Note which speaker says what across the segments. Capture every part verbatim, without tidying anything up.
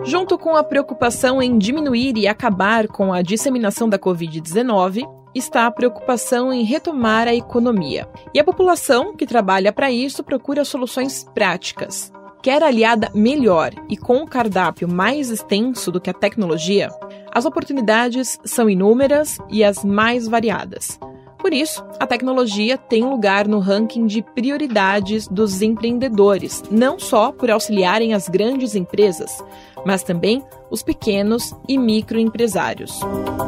Speaker 1: Junto com a preocupação em diminuir e acabar com a disseminação da covid dezenove, está a preocupação em retomar a economia. E a população que trabalha para isso procura soluções práticas. Quer aliada melhor e com um cardápio mais extenso do que a tecnologia? As oportunidades são inúmeras e as mais variadas. Por isso, a tecnologia tem lugar no ranking de prioridades dos empreendedores, não só por auxiliarem as grandes empresas, mas também os pequenos e microempresários.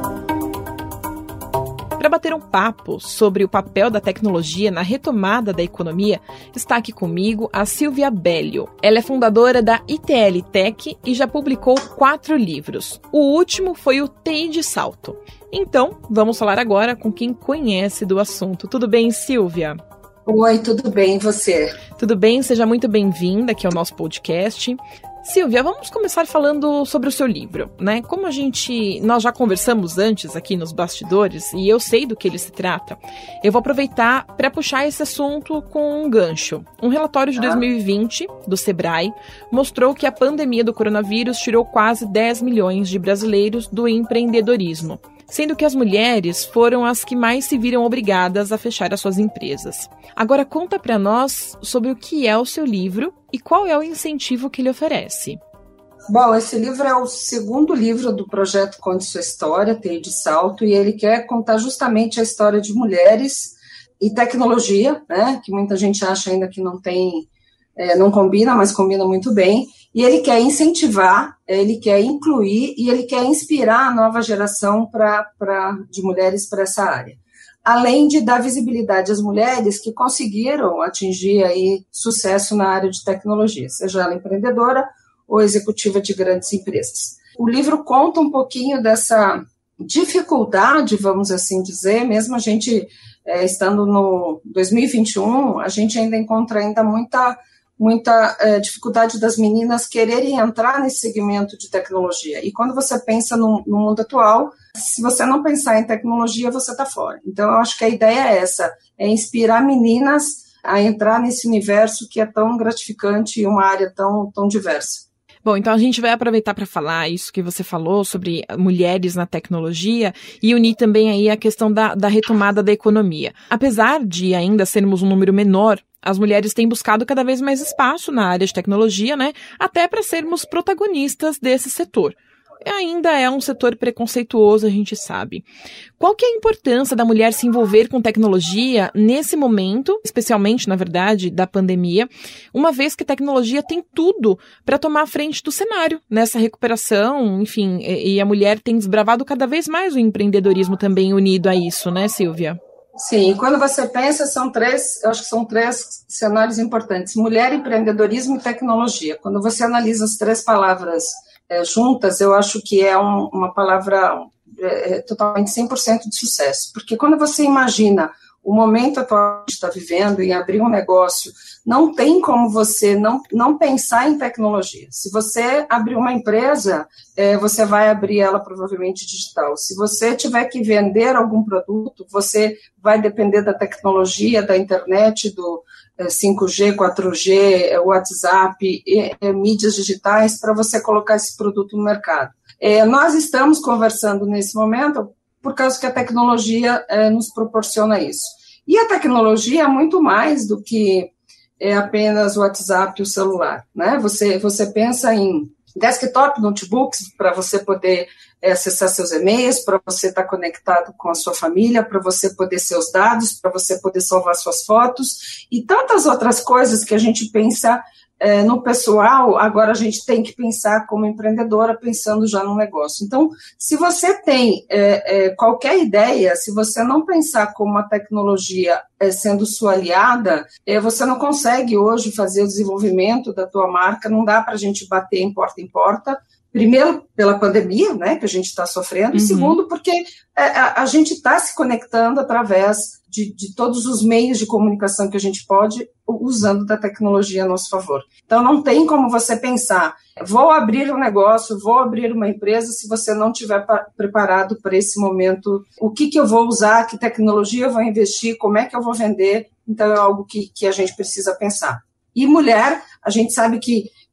Speaker 1: Para bater um papo sobre o papel da tecnologia na retomada da economia, está aqui comigo a Silvia Bellio. Ela é fundadora da I T L Tech e já publicou quatro livros. O último foi o T I de Salto. Então, vamos falar agora com quem conhece do assunto. Tudo bem, Silvia?
Speaker 2: Oi, tudo bem, e você?
Speaker 1: Tudo bem, seja muito bem-vinda aqui ao nosso podcast. Silvia, vamos começar falando sobre o seu livro, né? Como a gente, nós já conversamos antes aqui nos bastidores e eu sei do que ele se trata, eu vou aproveitar para puxar esse assunto com um gancho. Um relatório de dois mil e vinte do Sebrae mostrou que a pandemia do coronavírus tirou quase dez milhões de brasileiros do empreendedorismo, sendo que as mulheres foram as que mais se viram obrigadas a fechar as suas empresas. Agora conta para nós sobre o que é o seu livro e qual é o incentivo que ele oferece.
Speaker 2: Bom, esse livro é o segundo livro do projeto Conte Sua História, T I de Salto, e ele quer contar justamente a história de mulheres e tecnologia, né, que muita gente acha ainda que não tem, é, não combina, mas combina muito bem. E ele quer incentivar, ele quer incluir e ele quer inspirar a nova geração pra, pra, de mulheres para essa área. Além de dar visibilidade às mulheres que conseguiram atingir aí sucesso na área de tecnologia, seja ela empreendedora ou executiva de grandes empresas. O livro conta um pouquinho dessa dificuldade, vamos assim dizer, mesmo a gente é, estando no dois mil e vinte e um, a gente ainda encontra ainda muita... muita é, dificuldade das meninas quererem entrar nesse segmento de tecnologia. E quando você pensa no, no mundo atual, se você não pensar em tecnologia, você está fora. Então, eu acho que a ideia é essa, é inspirar meninas a entrar nesse universo que é tão gratificante e uma área tão, tão diversa.
Speaker 1: Bom, então a gente vai aproveitar para falar isso que você falou sobre mulheres na tecnologia e unir também aí a questão da, da retomada da economia. Apesar de ainda sermos um número menor, as mulheres têm buscado cada vez mais espaço na área de tecnologia, né? Até para sermos protagonistas desse setor. Ainda é um setor preconceituoso, a gente sabe. Qual que é a importância da mulher se envolver com tecnologia nesse momento, especialmente, na verdade, da pandemia, uma vez que a tecnologia tem tudo para tomar a frente do cenário nessa recuperação, enfim, e, e a mulher tem desbravado cada vez mais o empreendedorismo também unido a isso, né, Silvia?
Speaker 2: Sim, quando você pensa, são três, eu acho que são três cenários importantes: mulher, empreendedorismo e tecnologia. Quando você analisa as três palavras é, juntas, eu acho que é um, uma palavra é, totalmente cem por cento de sucesso, porque quando você imagina o momento atual que está vivendo em abrir um negócio, não tem como você não, não pensar em tecnologia. Se você abrir uma empresa, é, você vai abrir ela provavelmente digital. Se você tiver que vender algum produto, você vai depender da tecnologia, da internet, do é, cinco G, quatro G, WhatsApp, e, e, mídias digitais para você colocar esse produto no mercado. É, nós estamos conversando nesse momento por causa que a tecnologia é, nos proporciona isso. E a tecnologia é muito mais do que é, apenas o WhatsApp e o celular, né? Você, você pensa em desktop, notebooks, para você poder é, acessar seus e-mails, para você estar conectado com a sua família, para você poder seus dados, para você poder salvar suas fotos, e tantas outras coisas que a gente pensa É, no pessoal, agora a gente tem que pensar como empreendedora, pensando já no negócio. Então, se você tem é, é, qualquer ideia, se você não pensar como a tecnologia é, sendo sua aliada, é, você não consegue hoje fazer o desenvolvimento da tua marca, não dá para a gente bater em porta em porta. Primeiro, pela pandemia, né, que a gente está sofrendo, uhum. E segundo, porque a, a gente está se conectando através de, de todos os meios de comunicação que a gente pode, usando da tecnologia a nosso favor. Então, não tem como você pensar, vou abrir um negócio, vou abrir uma empresa, se você não estiver preparado para esse momento. O que, que eu vou usar, que tecnologia eu vou investir, como é que eu vou vender. Então, é algo que, que a gente precisa pensar. E mulher, a gente sabe que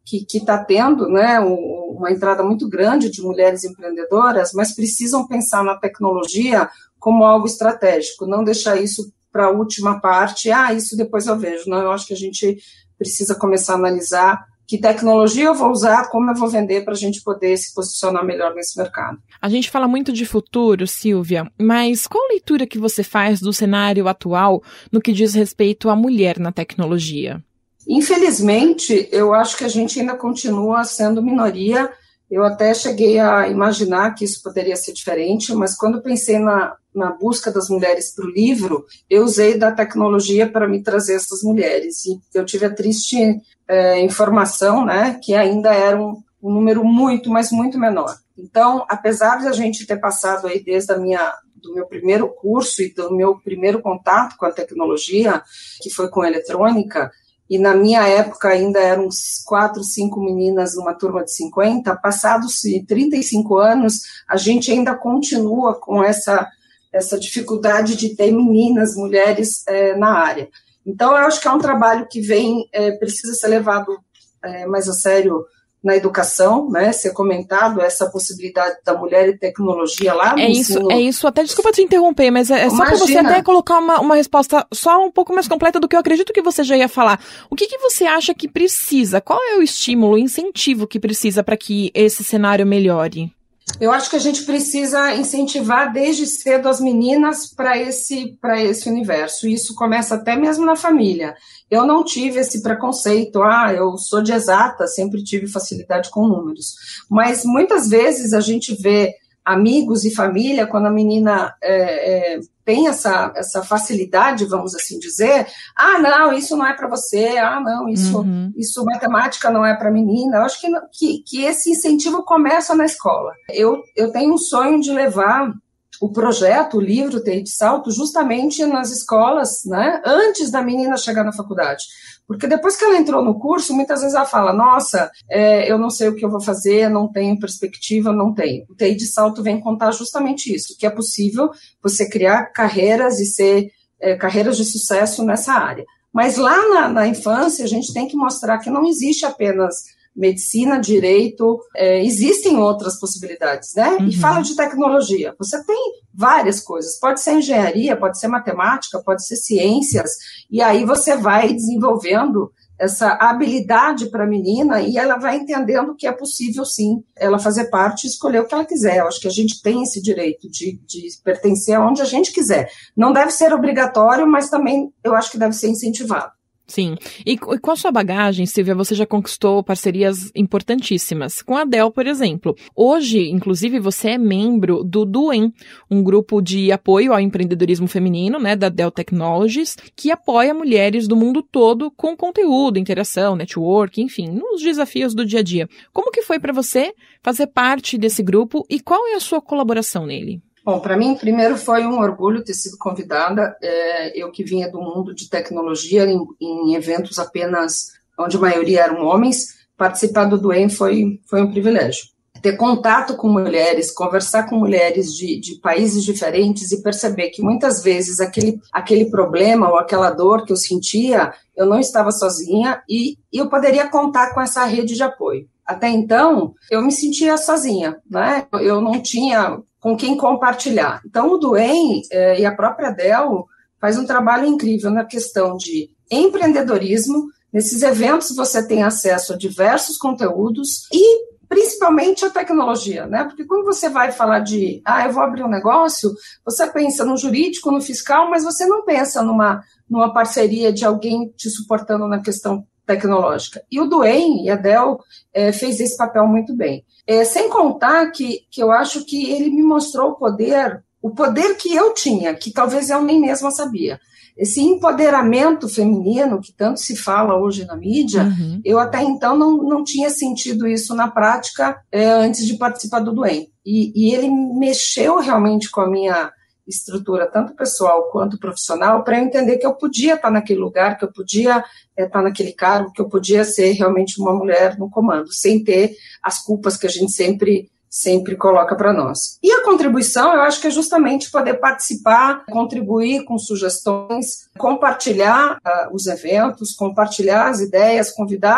Speaker 2: que está tendo, né, uma entrada muito grande de mulheres empreendedoras, mas precisam pensar na tecnologia como algo estratégico, não deixar isso para a última parte, ah, isso depois eu vejo. Não, eu acho que a gente precisa começar a analisar que tecnologia eu vou usar, como eu vou vender para a gente poder se posicionar melhor nesse mercado.
Speaker 1: A gente fala muito de futuro, Silvia, mas qual leitura que você faz do cenário atual no que diz respeito à mulher na tecnologia?
Speaker 2: Infelizmente, eu acho que a gente ainda continua sendo minoria. Eu até cheguei a imaginar que isso poderia ser diferente, mas quando pensei na, na busca das mulheres para o livro, eu usei da tecnologia para me trazer essas mulheres. E eu tive a triste é, informação, né, que ainda era um, um número muito, mas muito menor. Então, apesar de a gente ter passado aí desde a minha... do meu primeiro curso e do meu primeiro contato com a tecnologia, que foi com eletrônica, e na minha época ainda eram quatro, cinco meninas numa turma de cinquenta, passados trinta e cinco anos, a gente ainda continua com essa, essa dificuldade de ter meninas, mulheres é, na área. Então, eu acho que é um trabalho que vem, é, precisa ser levado é, mais a sério na educação, né, ser comentado essa possibilidade da mulher e tecnologia lá no
Speaker 1: é isso,
Speaker 2: ensino.
Speaker 1: É isso, até desculpa te interromper, mas é, é só para você até colocar uma, uma resposta só um pouco mais completa do que eu acredito que você já ia falar. O que, que você acha que precisa? Qual é o estímulo, o incentivo que precisa para que esse cenário melhore?
Speaker 2: Eu acho que a gente precisa incentivar desde cedo as meninas para esse, para esse universo. Isso começa até mesmo na família. Eu não tive esse preconceito, ah, eu sou de exata, sempre tive facilidade com números. Mas muitas vezes a gente vê amigos e família, quando a menina é, é, tem essa, essa facilidade, vamos assim dizer, ah, não, isso não é para você, ah, não, isso, uhum. isso matemática não é para menina. Eu acho que, que, que esse incentivo começa na escola. Eu, eu tenho um sonho de levar o projeto, o livro T I de Salto, justamente nas escolas, né, antes da menina chegar na faculdade. Porque depois que ela entrou no curso, muitas vezes ela fala, nossa, é, eu não sei o que eu vou fazer, não tenho perspectiva, não tenho. O T I de Salto vem contar justamente isso, que é possível você criar carreiras e ser é, carreiras de sucesso nessa área. Mas lá na, na infância, a gente tem que mostrar que não existe apenas medicina, direito, é, existem outras possibilidades, né? Uhum. E fala de tecnologia. Você tem várias coisas. Pode ser engenharia, pode ser matemática, pode ser ciências, e aí você vai desenvolvendo essa habilidade para a menina e ela vai entendendo que é possível, sim, ela fazer parte e escolher o que ela quiser. Eu acho que a gente tem esse direito de, de pertencer aonde a gente quiser. Não deve ser obrigatório, mas também eu acho que deve ser incentivado.
Speaker 1: Sim. E com a sua bagagem, Silvia, você já conquistou parcerias importantíssimas. Com a Dell, por exemplo. Hoje, inclusive, você é membro do DUEM, um grupo de apoio ao empreendedorismo feminino, né, da Dell Technologies, que apoia mulheres do mundo todo com conteúdo, interação, network, enfim, nos desafios do dia a dia. Como que foi para você fazer parte desse grupo e qual é a sua colaboração nele?
Speaker 2: Bom, para mim, primeiro foi um orgulho ter sido convidada, é, eu que vinha do mundo de tecnologia, em, em eventos apenas onde a maioria eram homens, participar do DUEM foi, foi um privilégio. Ter contato com mulheres, conversar com mulheres de, de países diferentes e perceber que muitas vezes aquele, aquele problema ou aquela dor que eu sentia, eu não estava sozinha e, e eu poderia contar com essa rede de apoio. Até então, eu me sentia sozinha, né? Eu não tinha com quem compartilhar. Então, o DUEM eh, e a própria Dell faz um trabalho incrível na questão de empreendedorismo. Nesses eventos você tem acesso a diversos conteúdos e principalmente a tecnologia, né? Porque quando você vai falar de, ah, eu vou abrir um negócio, você pensa no jurídico, no fiscal, mas você não pensa numa, numa parceria de alguém te suportando na questão tecnológica. E o DUEM e a Dell é, fez esse papel muito bem. É, sem contar que, que eu acho que ele me mostrou o poder, o poder que eu tinha, que talvez eu nem mesma sabia. Esse empoderamento feminino, que tanto se fala hoje na mídia, uhum. eu até então não, não tinha sentido isso na prática é, antes de participar do DUEM. E, e ele mexeu realmente com a minha estrutura, tanto pessoal quanto profissional, para eu entender que eu podia estar naquele lugar, que eu podia é, estar naquele cargo, que eu podia ser realmente uma mulher no comando, sem ter as culpas que a gente sempre, sempre coloca para nós. E a contribuição, eu acho que é justamente poder participar, contribuir com sugestões, compartilhar uh, os eventos, compartilhar as ideias, convidar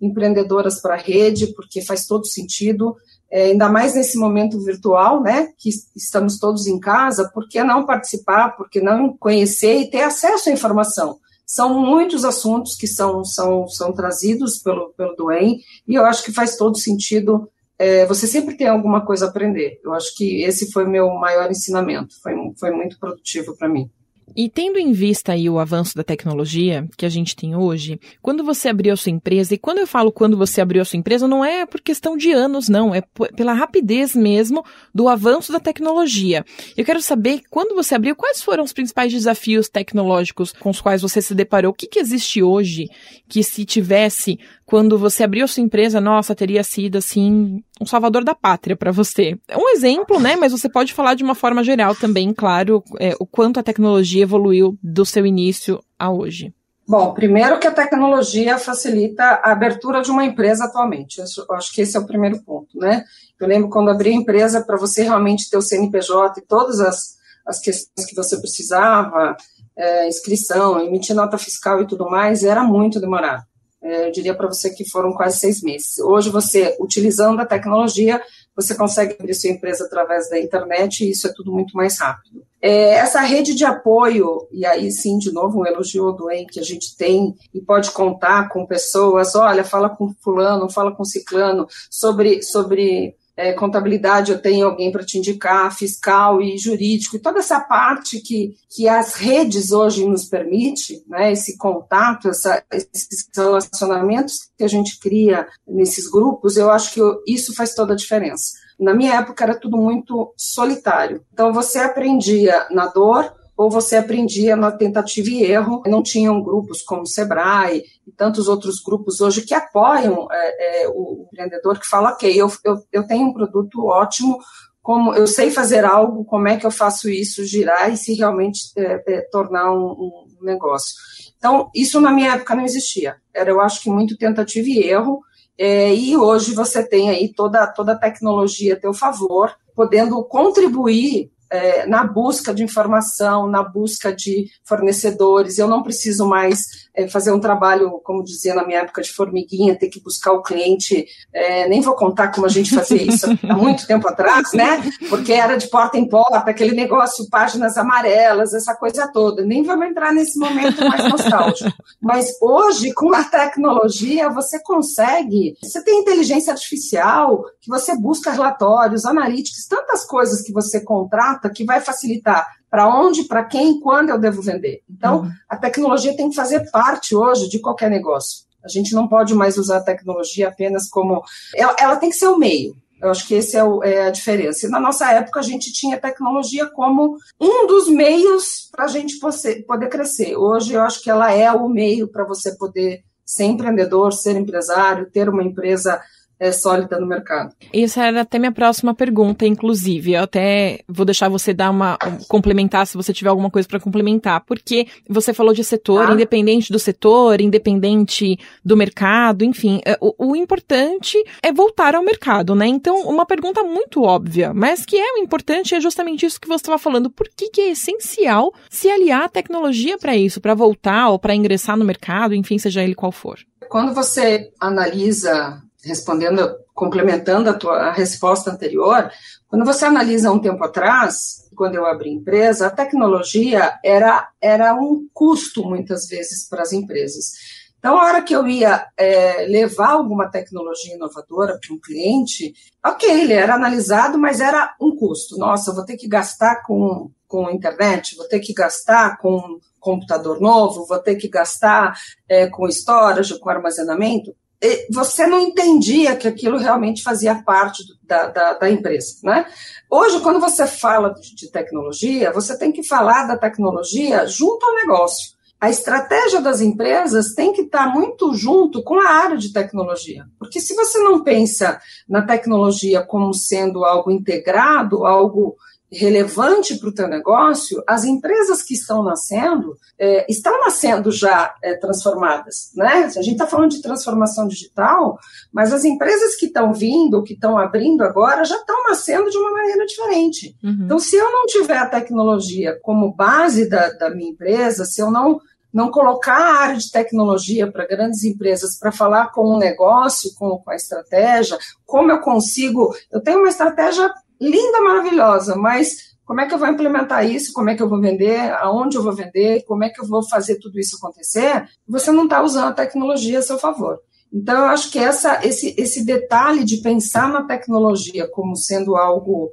Speaker 2: empreendedoras para a rede, porque faz todo sentido, é, ainda mais nesse momento virtual, né, que estamos todos em casa, por que não participar, por que não conhecer e ter acesso à informação? São muitos assuntos que são, são, são trazidos pelo, pelo Duen, e eu acho que faz todo sentido. É, você sempre tem alguma coisa a aprender. Eu acho que esse foi o meu maior ensinamento, foi, foi muito produtivo para mim.
Speaker 1: E tendo em vista aí o avanço da tecnologia que a gente tem hoje, quando você abriu a sua empresa, e quando eu falo quando você abriu a sua empresa, não é por questão de anos, não, é p- pela rapidez mesmo do avanço da tecnologia. Eu quero saber, quando você abriu, quais foram os principais desafios tecnológicos com os quais você se deparou? O que, que existe hoje que, se tivesse, quando você abriu a sua empresa, nossa, teria sido, assim, um salvador da pátria para você? É um exemplo, né? Mas você pode falar de uma forma geral também, claro, é, o quanto a tecnologia evoluiu do seu início a hoje.
Speaker 2: Bom, primeiro que a tecnologia facilita a abertura de uma empresa atualmente. Eu acho que esse é o primeiro ponto, né? Eu lembro quando abri a empresa, para você realmente ter o C N P J e todas as, as questões que você precisava, é, inscrição, emitir nota fiscal e tudo mais, era muito demorado. É, eu diria para você que foram quase seis meses. Hoje você, utilizando a tecnologia, você consegue abrir sua empresa através da internet e isso é tudo muito mais rápido. É, essa rede de apoio, e aí sim, de novo, um elogio ao Duen que a gente tem e pode contar com pessoas, olha, fala com fulano, fala com ciclano, sobre, sobre é, contabilidade eu tenho alguém para te indicar, fiscal e jurídico, e toda essa parte que, que as redes hoje nos permite, né, esse contato, essa, esses relacionamentos que a gente cria nesses grupos, eu acho que eu, isso faz toda a diferença. Na minha época era tudo muito solitário. Então você aprendia na dor ou você aprendia na tentativa e erro. Não tinham grupos como o Sebrae e tantos outros grupos hoje que apoiam é, é, o empreendedor que fala, ok, eu, eu, eu tenho um produto ótimo, como eu sei fazer algo, como é que eu faço isso girar e se realmente é, é, tornar um, um negócio. Então isso na minha época não existia. Era, eu acho que muito tentativa e erro. É, e hoje você tem aí toda, toda a tecnologia a teu favor, podendo contribuir é, na busca de informação, na busca de fornecedores. Eu não preciso mais é, fazer um trabalho, como dizia na minha época, de formiguinha, ter que buscar o cliente. É, nem vou contar como a gente fazia isso há muito tempo atrás, né? Porque era de porta em porta, aquele negócio, páginas amarelas, essa coisa toda. Nem vamos entrar nesse momento mais nostálgico. Mas hoje, com a tecnologia, você consegue, você tem inteligência artificial, que você busca relatórios, analíticos, tantas coisas que você contrata que vai facilitar para onde, para quem e quando eu devo vender. Então, uhum. a tecnologia tem que fazer parte hoje de qualquer negócio. A gente não pode mais usar a tecnologia apenas como... Ela, ela tem que ser o meio. Eu acho que essa é, é a diferença. E na nossa época, a gente tinha a tecnologia como um dos meios para a gente poder crescer. Hoje, eu acho que ela é o meio para você poder ser empreendedor, ser empresário, ter uma empresa é, sólida no mercado.
Speaker 1: Essa era até minha próxima pergunta, inclusive. Eu até vou deixar você dar uma complementar, se você tiver alguma coisa para complementar, porque você falou de setor, ah. independente do setor, independente do mercado, enfim, o, o importante é voltar ao mercado, né? Então, uma pergunta muito óbvia, mas que é o importante é justamente isso que você estava falando. Por que, que é essencial se aliar à tecnologia para isso, para voltar ou para ingressar no mercado, enfim, seja ele qual for?
Speaker 2: Quando você analisa, respondendo, complementando a tua a resposta anterior, quando você analisa um tempo atrás, quando eu abri a empresa, a tecnologia era, era um custo, muitas vezes, para as empresas. Então, a hora que eu ia é, levar alguma tecnologia inovadora para um cliente, ok, ele era analisado, mas era um custo. Nossa, eu vou ter que gastar com, com internet, vou ter que gastar com computador novo, vou ter que gastar é, com storage, com armazenamento. Você não entendia que aquilo realmente fazia parte do, da, da, da empresa, né? Hoje, quando você fala de, de tecnologia, você tem que falar da tecnologia junto ao negócio. A estratégia das empresas tem que estar muito junto com a área de tecnologia. Porque se você não pensa na tecnologia como sendo algo integrado, algo relevante para o teu negócio, as empresas que estão nascendo, é, estão nascendo já é, transformadas, né? A gente está falando de transformação digital, mas as empresas que estão vindo, que estão abrindo agora, já estão nascendo de uma maneira diferente. Uhum. Então, se eu não tiver a tecnologia como base da, da minha empresa, se eu não não colocar a área de tecnologia para grandes empresas para falar com o negócio, com, com a estratégia, como eu consigo, eu tenho uma estratégia linda, maravilhosa, mas como é que eu vou implementar isso, como é que eu vou vender, aonde eu vou vender, como é que eu vou fazer tudo isso acontecer, você não está usando a tecnologia a seu favor. Então, eu acho que essa, esse, esse detalhe de pensar na tecnologia como sendo algo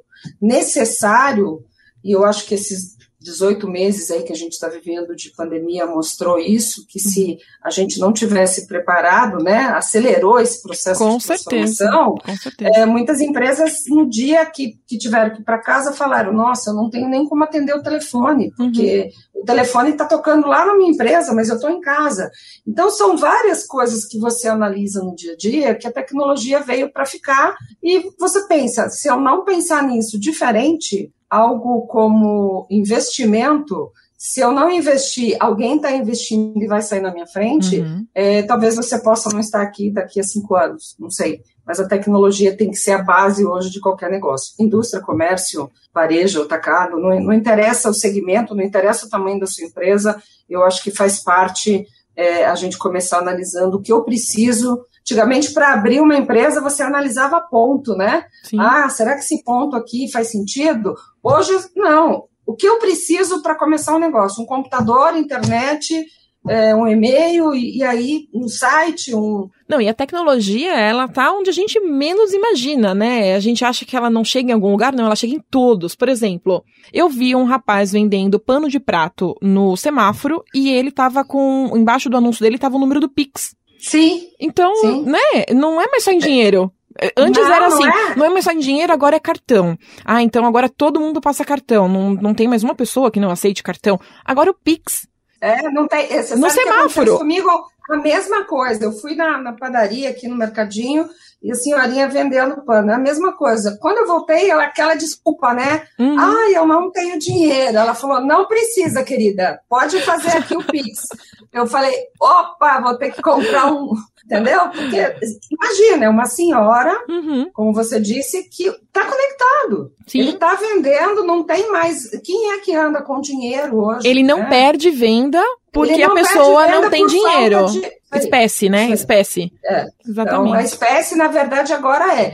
Speaker 2: necessário, e eu acho que esses dezoito meses aí que a gente está vivendo de pandemia mostrou isso, que se a gente não tivesse preparado, né, acelerou esse processo
Speaker 1: com
Speaker 2: de
Speaker 1: certeza,
Speaker 2: transformação,
Speaker 1: com certeza.
Speaker 2: É, muitas empresas no dia que, que tiveram que ir para casa falaram, nossa, eu não tenho nem como atender o telefone, porque uhum. o telefone está tocando lá na minha empresa, mas eu estou em casa. Então são várias coisas que você analisa no dia a dia, que a tecnologia veio para ficar, e você pensa, se eu não pensar nisso diferente, algo como investimento, se eu não investir, alguém está investindo e vai sair na minha frente, uhum. é, talvez você possa não estar aqui daqui a cinco anos, não sei. Mas a tecnologia tem que ser a base hoje de qualquer negócio. Indústria, comércio, varejo, atacado, não, não interessa o segmento, não interessa o tamanho da sua empresa, eu acho que faz parte é, a gente começar analisando o que eu preciso. Antigamente, para abrir uma empresa, você analisava ponto, né? Sim. Ah, será que esse ponto aqui faz sentido? Hoje, não. O que eu preciso para começar um negócio? Um computador, internet, é, um e-mail, e, e aí um site, um...
Speaker 1: Não, e a tecnologia, ela tá onde a gente menos imagina, né? A gente acha que ela não chega em algum lugar, não, ela chega em todos. Por exemplo, eu vi um rapaz vendendo pano de prato no semáforo e ele tava com, embaixo do anúncio dele, tava o número do Pix.
Speaker 2: Sim.
Speaker 1: Então,
Speaker 2: Sim.
Speaker 1: né, não é mais só em dinheiro. Antes
Speaker 2: não,
Speaker 1: era assim,
Speaker 2: não é.
Speaker 1: não é mais só em dinheiro, agora é cartão. Ah, então agora todo mundo passa cartão, não, não tem mais uma pessoa que não aceite cartão. Agora o Pix.
Speaker 2: É, não tem, você
Speaker 1: no
Speaker 2: sabe
Speaker 1: semáforo.
Speaker 2: Que comigo a mesma coisa, eu fui na, na padaria aqui no mercadinho e a senhorinha vendendo pano, a mesma coisa. Quando eu voltei, ela, aquela desculpa, né? Uhum. Ah, eu não tenho dinheiro. Ela falou, não precisa, querida, pode fazer aqui o Pix. Eu falei, opa, vou ter que comprar um, entendeu? Porque, imagina, é uma senhora, uhum. como você disse, que está conectado. Sim. Ele está vendendo, não tem mais... Quem é que anda com dinheiro hoje?
Speaker 1: Ele não
Speaker 2: né?
Speaker 1: perde venda porque a pessoa não tem dinheiro. De... Espécie, né? Sim. Espécie.
Speaker 2: É.
Speaker 1: Exatamente.
Speaker 2: Então, a espécie, na verdade, agora é...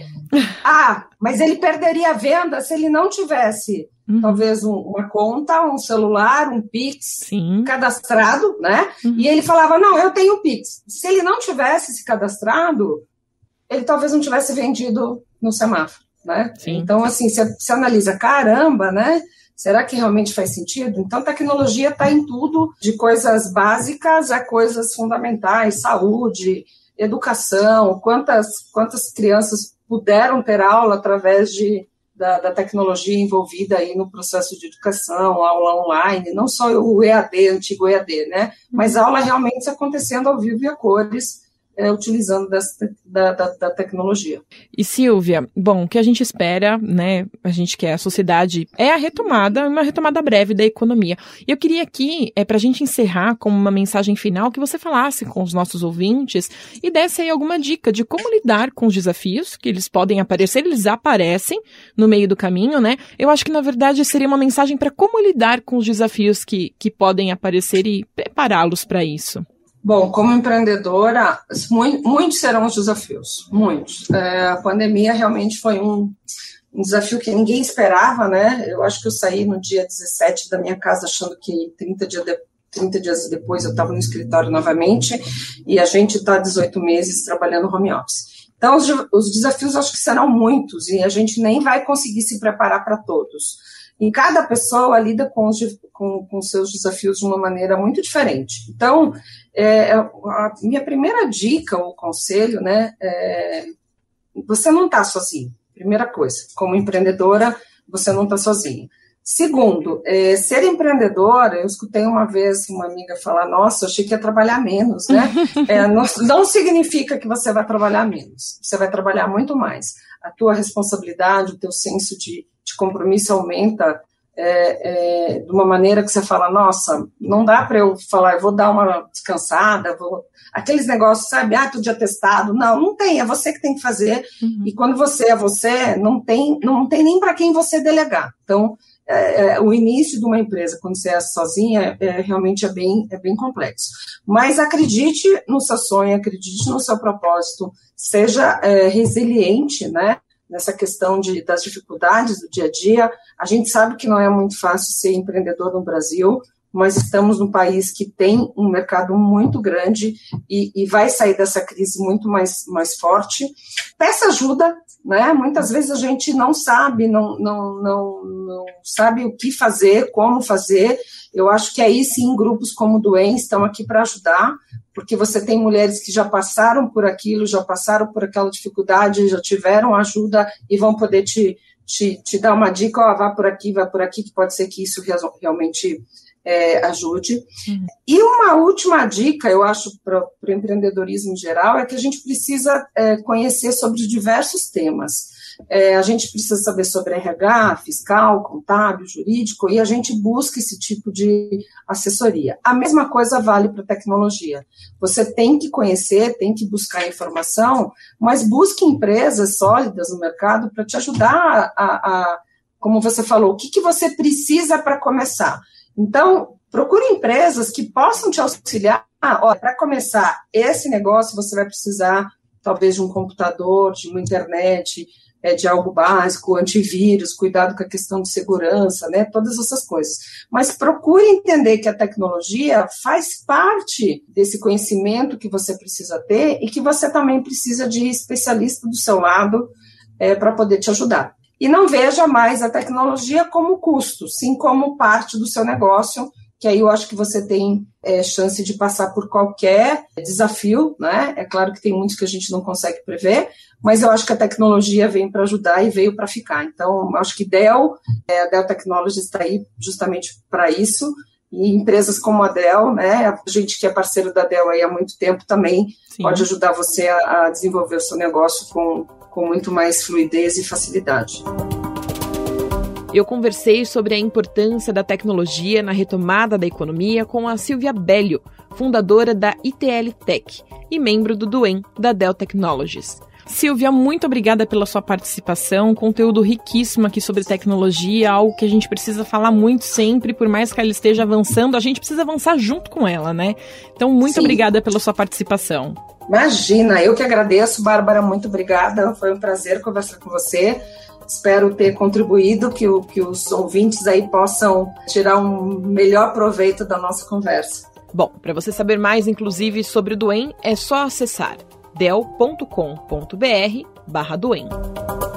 Speaker 2: Ah, mas ele perderia a venda se ele não tivesse... Uhum. Talvez um, uma conta, um celular, um Pix Sim. cadastrado, né? Uhum. E ele falava, não, eu tenho Pix. Se ele não tivesse se cadastrado, ele talvez não tivesse vendido no semáforo, né? Sim. Então, assim, você, você analisa, caramba, né? Será que realmente faz sentido? Então, tecnologia está em tudo, de coisas básicas a coisas fundamentais, saúde, educação, quantas, quantas crianças puderam ter aula através de... Da, da tecnologia envolvida aí no processo de educação, aula online, não só o E A D, antigo E A D, né? Mas aula realmente acontecendo ao vivo e a cores, é, utilizando dessa, da, da, da tecnologia.
Speaker 1: E Silvia, bom, o que a gente espera, né, a gente quer, a sociedade, é a retomada, uma retomada breve da economia. E eu queria aqui, é, para a gente encerrar com uma mensagem final, que você falasse com os nossos ouvintes e desse aí alguma dica de como lidar com os desafios, que eles podem aparecer, eles aparecem no meio do caminho, né? Eu acho que, na verdade, seria uma mensagem para como lidar com os desafios que, que podem aparecer e prepará-los para isso.
Speaker 2: Bom, como empreendedora, muitos serão os desafios, muitos. É, a pandemia realmente foi um, um desafio que ninguém esperava, né? Eu acho que eu saí no dia dezessete da minha casa achando que trinta, dia de, trinta dias depois eu estava no escritório novamente e a gente está dezoito meses trabalhando home office. Então, os, os desafios acho que serão muitos e a gente nem vai conseguir se preparar para todos. E cada pessoa lida com os com, com seus desafios de uma maneira muito diferente. Então, é, a minha primeira dica ou conselho, né, é, você não está sozinho, primeira coisa. Como empreendedora, você não está sozinho. Segundo, é, ser empreendedora, eu escutei uma vez uma amiga falar, nossa, eu achei que ia trabalhar menos, né? É, não, não significa que você vai trabalhar menos, você vai trabalhar muito mais. A tua responsabilidade, o teu senso de de compromisso aumenta é, é, de uma maneira que você fala, nossa, não dá para eu falar, eu vou dar uma descansada, vou... aqueles negócios, sabe, ah, tudo de atestado, não, não tem, é você que tem que fazer, uhum. E quando você é você, não tem, não tem nem para quem você delegar. Então, é, é, o início de uma empresa, quando você é sozinha, é, realmente é bem, é bem complexo. Mas acredite no seu sonho, acredite no seu propósito, seja é, resiliente, né? Nessa questão de, das dificuldades do dia a dia. A gente sabe que não é muito fácil ser empreendedor no Brasil, mas estamos num país que tem um mercado muito grande e, e vai sair dessa crise muito mais, mais forte. Peça ajuda, né? Muitas vezes a gente não sabe, não, não, não, não sabe o que fazer, como fazer. Eu acho que aí sim, grupos como o do E N estão aqui para ajudar, porque você tem mulheres que já passaram por aquilo, já passaram por aquela dificuldade, já tiveram ajuda e vão poder te, te, te dar uma dica, ó, vá por aqui, vá por aqui, que pode ser que isso realmente é, ajude. Uhum. E uma última dica, eu acho, para o empreendedorismo em geral, é que a gente precisa é, conhecer sobre diversos temas. É, a gente precisa saber sobre R H, fiscal, contábil, jurídico, e a gente busca esse tipo de assessoria. A mesma coisa vale para a tecnologia. Você tem que conhecer, tem que buscar informação, mas busque empresas sólidas no mercado para te ajudar a, a, como você falou, o que, que você precisa para começar. Então, procure empresas que possam te auxiliar. Ah, olha, para começar esse negócio, você vai precisar, talvez, de um computador, de uma internet, de algo básico, antivírus, cuidado com a questão de segurança, né, todas essas coisas. Mas procure entender que a tecnologia faz parte desse conhecimento que você precisa ter e que você também precisa de especialista do seu lado é, para poder te ajudar. E não veja mais a tecnologia como custo, sim como parte do seu negócio, que aí eu acho que você tem é, chance de passar por qualquer desafio, né? É claro que tem muitos que a gente não consegue prever, mas eu acho que a tecnologia vem para ajudar e veio para ficar. Então, eu acho que Dell, é, a Dell Technologies está aí justamente para isso, e empresas como a Dell, né? A gente que é parceiro da Dell aí há muito tempo também Sim. pode ajudar você a, a desenvolver o seu negócio com, com muito mais fluidez e facilidade.
Speaker 1: Eu conversei sobre a importância da tecnologia na retomada da economia com a Silvia Bellio, fundadora da I T L Tech e membro do D U E M da Dell Technologies. Silvia, muito obrigada pela sua participação, conteúdo riquíssimo aqui sobre tecnologia, algo que a gente precisa falar muito sempre, por mais que ela esteja avançando, a gente precisa avançar junto com ela, né? Então, muito Sim. obrigada pela sua participação.
Speaker 2: Imagina, eu que agradeço, Bárbara, muito obrigada, foi um prazer conversar com você. Espero ter contribuído, que, o, que os ouvintes aí possam tirar um melhor proveito da nossa conversa.
Speaker 1: Bom, para você saber mais, inclusive, sobre o D U E M, é só acessar dell ponto com ponto br barra D U E M.